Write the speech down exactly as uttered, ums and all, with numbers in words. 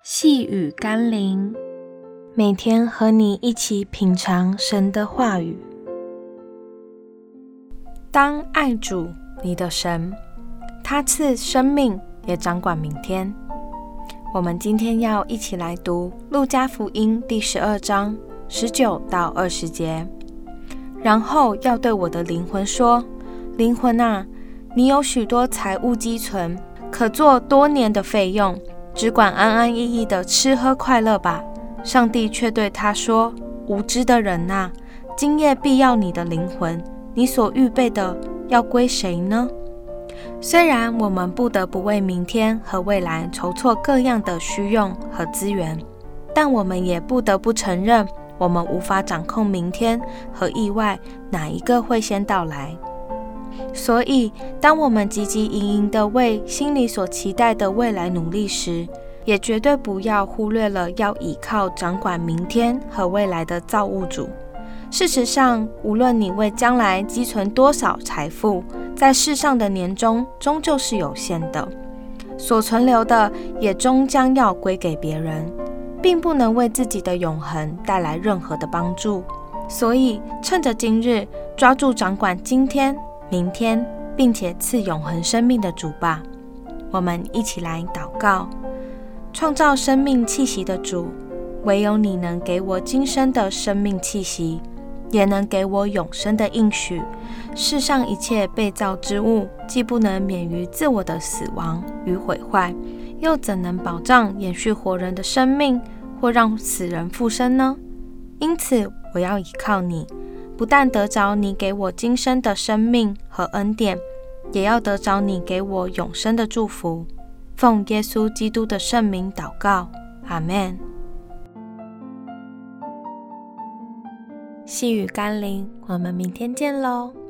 细雨甘霖，每天和你一起品尝神的话语。当爱主你的神，他赐生命，也掌管明天。我们今天要一起来读路加福音第十二章十九到二十节。然后要对我的灵魂说，灵魂啊，你有许多财物积存，可做多年的费用，只管安安逸逸的吃喝快乐吧。上帝却对他说，无知的人啊，今夜必要你的灵魂，你所预备的要归谁呢？虽然我们不得不为明天和未来筹措各样的需用和资源，但我们也不得不承认，我们无法掌控明天和意外哪一个会先到来。所以当我们汲汲营营地为心里所期待的未来努力时，也绝对不要忽略了要倚靠掌管明天和未来的造物主。事实上，无论你为将来积存多少财富，在世上的年终终究是有限的，所存留的也终将要归给别人，并不能为自己的永恒带来任何的帮助。所以趁着今日，抓住掌管今天明天，并且赐永恒生命的主吧。我们一起来祷告。创造生命气息的主，唯有你能给我今生的生命气息，也能给我永生的应许。世上一切被造之物，既不能免于自我的死亡与毁坏，又怎能保障延续活人的生命，或让死人复生呢？因此我要倚靠你，不但得着你给我今生的生命和恩典，也要得着你给我永生的祝福。奉耶稣基督的圣名祷告，阿们。细雨甘霖，我们明天见喽。